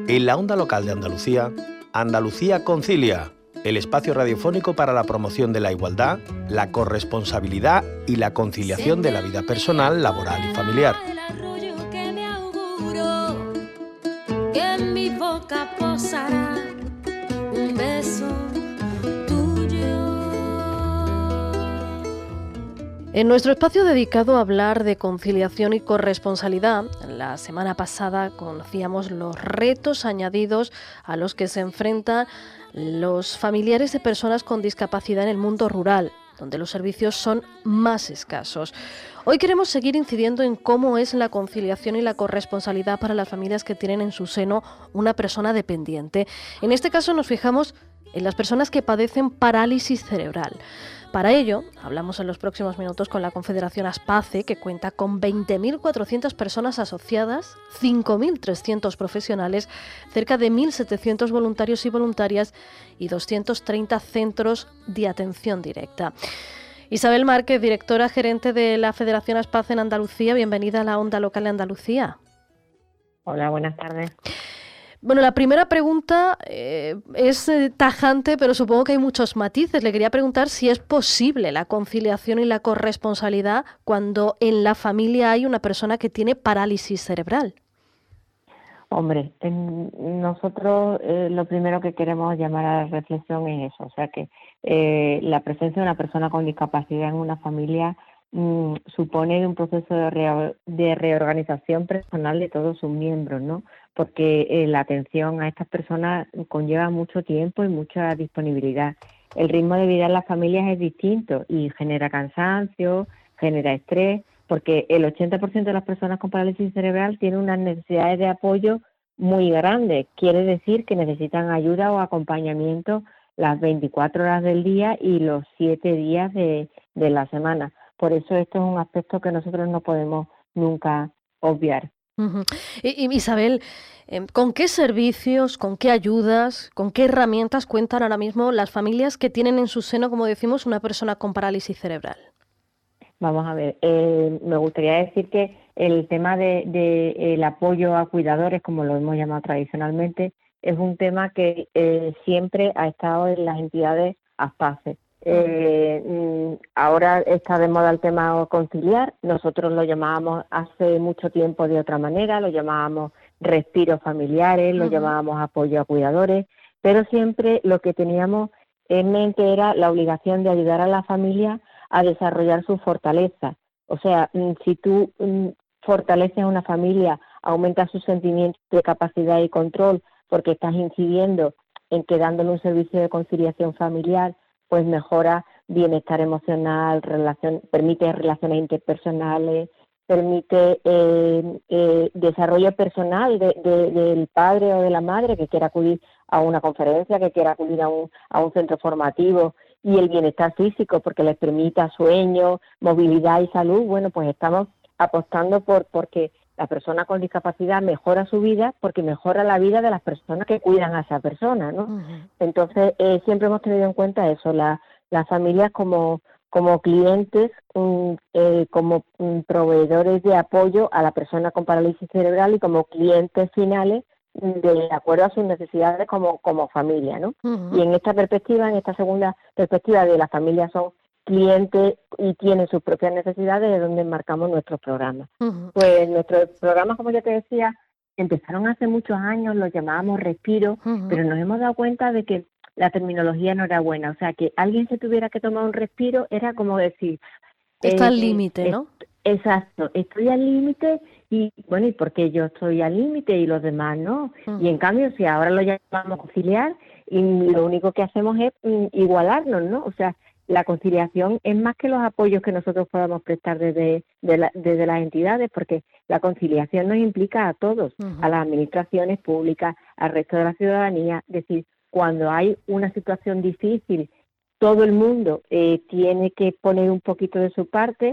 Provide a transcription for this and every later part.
En la onda local de Andalucía, Andalucía Concilia, el espacio radiofónico para la promoción de la igualdad, la corresponsabilidad y la conciliación de la vida personal, laboral y familiar. Que en mi boca posará un beso tuyo. En nuestro espacio dedicado a hablar de conciliación y corresponsabilidad, la semana pasada conocíamos los retos añadidos a los que se enfrentan los familiares de personas con discapacidad en el mundo rural, donde los servicios son más escasos. Hoy queremos seguir incidiendo en cómo es la conciliación y la corresponsabilidad para las familias que tienen en su seno una persona dependiente. En este caso nos fijamos en las personas que padecen parálisis cerebral. Para ello, hablamos en los próximos minutos con la Confederación Aspace, que cuenta con 20.400 personas asociadas, 5.300 profesionales, cerca de 1.700 voluntarios y voluntarias y 230 centros de atención directa. Isabel Márquez, directora gerente de la Federación Aspace en Andalucía, bienvenida a la Onda Local de Andalucía. Hola, buenas tardes. Bueno, la primera pregunta es tajante, pero supongo que hay muchos matices. Le quería preguntar si es posible la conciliación y la corresponsabilidad cuando en la familia hay una persona que tiene parálisis cerebral. Hombre, nosotros lo primero que queremos llamar a la reflexión es eso, o sea que la presencia de una persona con discapacidad en una familia supone un proceso de reorganización personal de todos sus miembros, ¿no? Porque la atención a estas personas conlleva mucho tiempo y mucha disponibilidad. El ritmo de vida en las familias es distinto y genera cansancio, genera estrés, porque el 80% de las personas con parálisis cerebral tienen unas necesidades de apoyo muy grandes. Quiere decir que necesitan ayuda o acompañamiento las 24 horas del día y los 7 días de la semana. Por eso esto es un aspecto que nosotros no podemos nunca obviar. Uh-huh. Isabel, ¿con qué servicios, con qué ayudas, con qué herramientas cuentan ahora mismo las familias que tienen en su seno, como decimos, una persona con parálisis cerebral? Vamos a ver, me gustaría decir que el tema de el apoyo a cuidadores, como lo hemos llamado tradicionalmente, es un tema que siempre ha estado en las entidades Aspace. Ahora está de moda el tema conciliar, nosotros lo llamábamos hace mucho tiempo de otra manera, lo llamábamos respiros familiares, lo llamábamos apoyo a cuidadores, pero siempre lo que teníamos en mente era la obligación de ayudar a la familia a desarrollar su fortaleza. O sea, si tú fortaleces a una familia, aumentas sus sentimientos de capacidad y control, porque estás incidiendo en que dándole un servicio de conciliación familiar, pues mejora bienestar emocional, permite relaciones interpersonales, permite desarrollo personal del padre o de la madre que quiera acudir a una conferencia, que quiera acudir a un centro formativo, y el bienestar físico, porque les permita sueño, movilidad y salud. Bueno, pues estamos apostando porque la persona con discapacidad mejora su vida, porque mejora la vida de las personas que cuidan a esa persona, ¿no? Uh-huh. Entonces, siempre hemos tenido en cuenta eso, las familias como clientes, como proveedores de apoyo a la persona con parálisis cerebral y como clientes finales de acuerdo a sus necesidades como familia, ¿no? Uh-huh. Y en esta perspectiva, en esta segunda perspectiva de las familias son clientes y tienen sus propias necesidades, de donde enmarcamos nuestros programas. Uh-huh. Pues nuestros programas, como ya te decía, empezaron hace muchos años, los llamábamos respiro, uh-huh, pero nos hemos dado cuenta de que la terminología no era buena, o sea, que alguien se tuviera que tomar un respiro era como decir... Está al límite, ¿no? Exacto, estoy al límite y bueno, ¿y por qué yo estoy al límite y los demás no? Uh-huh. Y en cambio, si ahora lo llamamos conciliar, y lo único que hacemos es igualarnos, ¿no? O sea, la conciliación es más que los apoyos que nosotros podamos prestar desde las entidades, porque la conciliación nos implica a todos, uh-huh, a las administraciones públicas, al resto de la ciudadanía. Es decir, cuando hay una situación difícil, todo el mundo tiene que poner un poquito de su parte.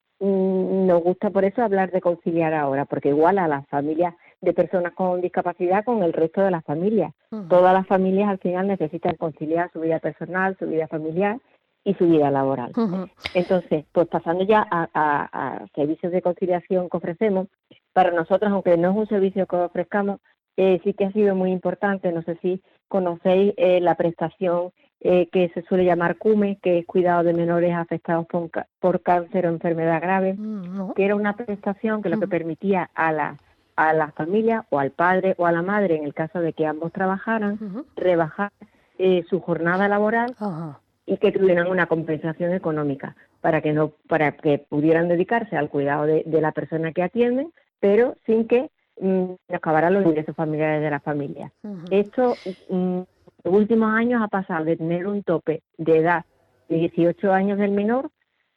Nos gusta por eso hablar de conciliar ahora, porque iguala a las familias de personas con discapacidad con el resto de las familias. Uh-huh. Todas las familias al final necesitan conciliar su vida personal, su vida familiar y su vida laboral. Uh-huh. Entonces, pues pasando ya a servicios de conciliación que ofrecemos, para nosotros, aunque no es un servicio que ofrezcamos, sí que ha sido muy importante. No sé si conocéis la prestación que se suele llamar CUME, que es cuidado de menores afectados por cáncer o enfermedad grave, No. que era una prestación que lo que permitía a la familia o al padre o a la madre, en el caso de que ambos trabajaran, rebajar su jornada laboral Ajá. y que tuvieran una compensación económica para que pudieran dedicarse al cuidado de la persona que atienden, pero sin que acabaran los ingresos familiares de la familia. Esto en los últimos años ha pasado de tener un tope de edad de 18 años del menor,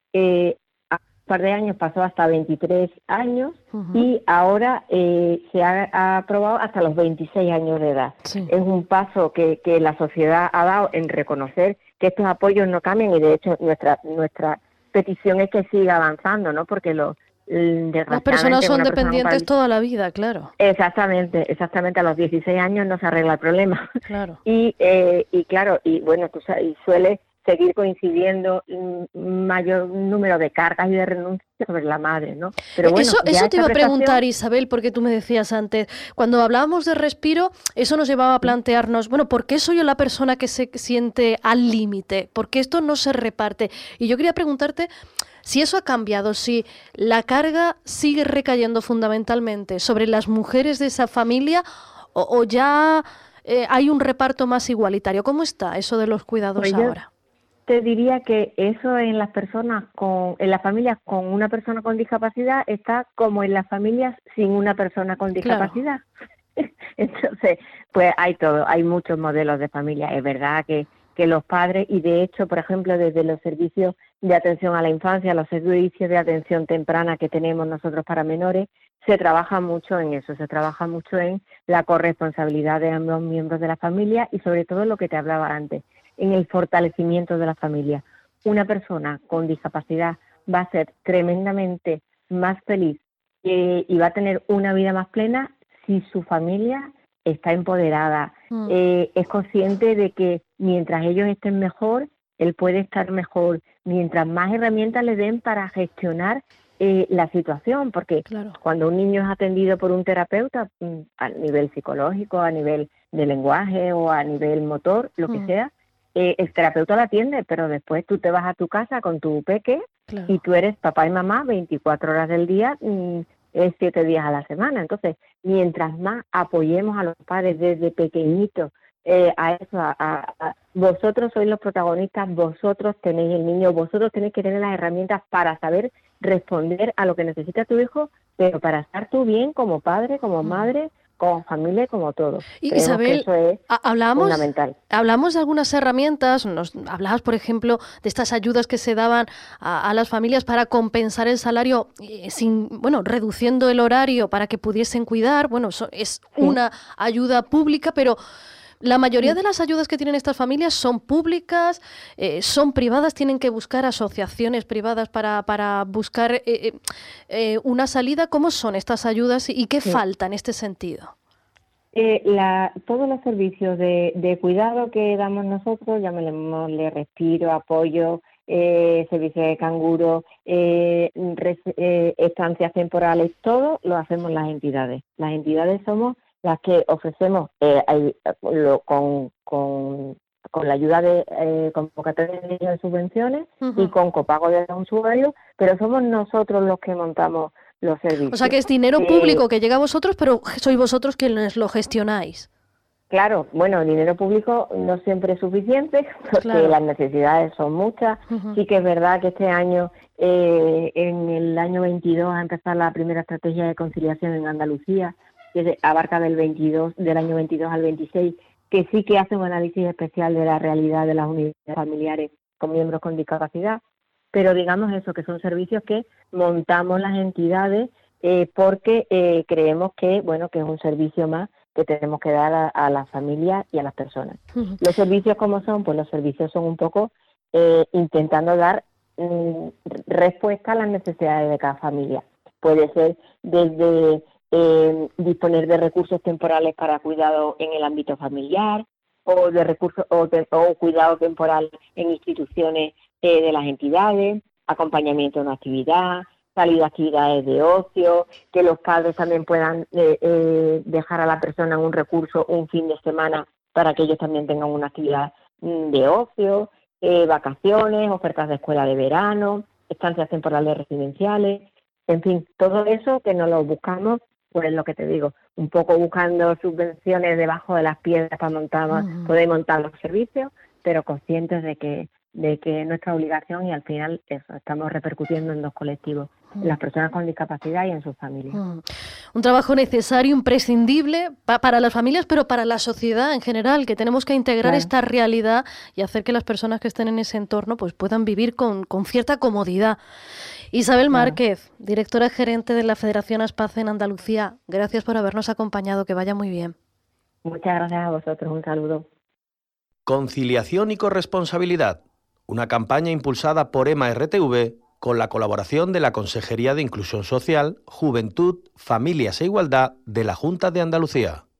a un par de años pasó hasta 23 años y ahora se ha aprobado hasta los 26 años de edad. Sí. Es un paso que la sociedad ha dado en reconocer que estos apoyos no cambian, y de hecho nuestra petición es que siga avanzando, ¿no? Porque Las personas son dependientes toda la vida, claro. Exactamente, a los 16 años no se arregla el problema. Claro. Y claro, y bueno, y suele seguir coincidiendo mayor número de cargas y de renuncias sobre la madre, ¿no? Pero bueno, eso te iba a preguntar, Isabel, porque tú me decías antes, cuando hablábamos de respiro, eso nos llevaba a plantearnos, bueno, ¿por qué soy yo la persona que se siente al límite? ¿Por qué esto no se reparte? Y yo quería preguntarte si eso ha cambiado, si la carga sigue recayendo fundamentalmente sobre las mujeres de esa familia o ya hay un reparto más igualitario. ¿Cómo está eso de los cuidados pues ahora? Te diría que eso en las familias con una persona con discapacidad está como en las familias sin una persona con discapacidad. Claro. Entonces, pues hay todo, hay muchos modelos de familia. Es verdad que los padres, y de hecho, por ejemplo, desde los servicios de atención a la infancia, los servicios de atención temprana que tenemos nosotros para menores, se trabaja mucho en eso, se trabaja mucho en la corresponsabilidad de ambos miembros de la familia y sobre todo lo que te hablaba antes, en el fortalecimiento de la familia. Una persona con discapacidad va a ser tremendamente más feliz y va a tener una vida más plena si su familia está empoderada, es consciente de que mientras ellos estén mejor, él puede estar mejor, mientras más herramientas le den para gestionar la situación, porque claro, cuando un niño es atendido por un terapeuta a nivel psicológico, a nivel de lenguaje o a nivel motor, lo que sea, el terapeuta lo atiende, pero después tú te vas a tu casa con tu peque claro, y tú eres papá y mamá 24 horas del día, 7 días a la semana. Entonces, mientras más apoyemos a los padres desde pequeñitos a eso, vosotros sois los protagonistas, vosotros tenéis el niño, vosotros tenéis que tener las herramientas para saber responder a lo que necesita tu hijo, pero para estar tú bien como padre, como madre, como familia y como todo. Isabel, que eso es fundamental. Hablamos de algunas herramientas, hablabas, por ejemplo, de estas ayudas que se daban a las familias para compensar el salario, reduciendo el horario para que pudiesen cuidar. Bueno, eso es una ayuda pública, pero la mayoría de las ayudas que tienen estas familias son públicas, son privadas, tienen que buscar asociaciones privadas para buscar una salida. ¿Cómo son estas ayudas y qué falta en este sentido? Todos los servicios de cuidado que damos nosotros, llamémosle respiro, apoyo, servicio de canguro, estancias temporales, todo lo hacemos las entidades. Las entidades somos las que ofrecemos con la ayuda de convocatoria de subvenciones y con copago de los usuarios, pero somos nosotros los que montamos los servicios. O sea que es dinero público que llega a vosotros, pero sois vosotros quienes lo gestionáis. Claro, bueno, el dinero público no siempre es suficiente porque las necesidades son muchas. Sí que es verdad que este año, en el año 22, ha empezado la primera estrategia de conciliación en Andalucía, que abarca del año 22 al 26, que sí que hace un análisis especial de la realidad de las unidades familiares con miembros con discapacidad, pero digamos eso, que son servicios que montamos las entidades porque creemos que es un servicio más que tenemos que dar a las familias y a las personas. Los servicios, ¿cómo son? Pues los servicios son un poco intentando dar respuesta a las necesidades de cada familia. Puede ser desde disponer de recursos temporales para cuidado en el ámbito familiar o de recursos o cuidado temporal en instituciones de las entidades, acompañamiento en una actividad, salir a actividades de ocio, que los padres también puedan dejar a la persona un recurso un fin de semana para que ellos también tengan una actividad de ocio, vacaciones, ofertas de escuela de verano, estancias temporales residenciales, en fin, todo eso que no lo buscamos, pues lo que te digo, un poco buscando subvenciones debajo de las piedras para poder montar los servicios, pero conscientes de que es nuestra obligación y al final eso, estamos repercutiendo en dos colectivos, en las personas con discapacidad y en sus familias. Un trabajo necesario, imprescindible para las familias, pero para la sociedad en general, que tenemos que integrar esta realidad y hacer que las personas que estén en ese entorno pues puedan vivir con cierta comodidad. Isabel Márquez, directora gerente de la Federación Aspace en Andalucía, gracias por habernos acompañado, que vaya muy bien. Muchas gracias a vosotros, un saludo. Conciliación y corresponsabilidad, una campaña impulsada por EMA RTV con la colaboración de la Consejería de Inclusión Social, Juventud, Familias e Igualdad de la Junta de Andalucía.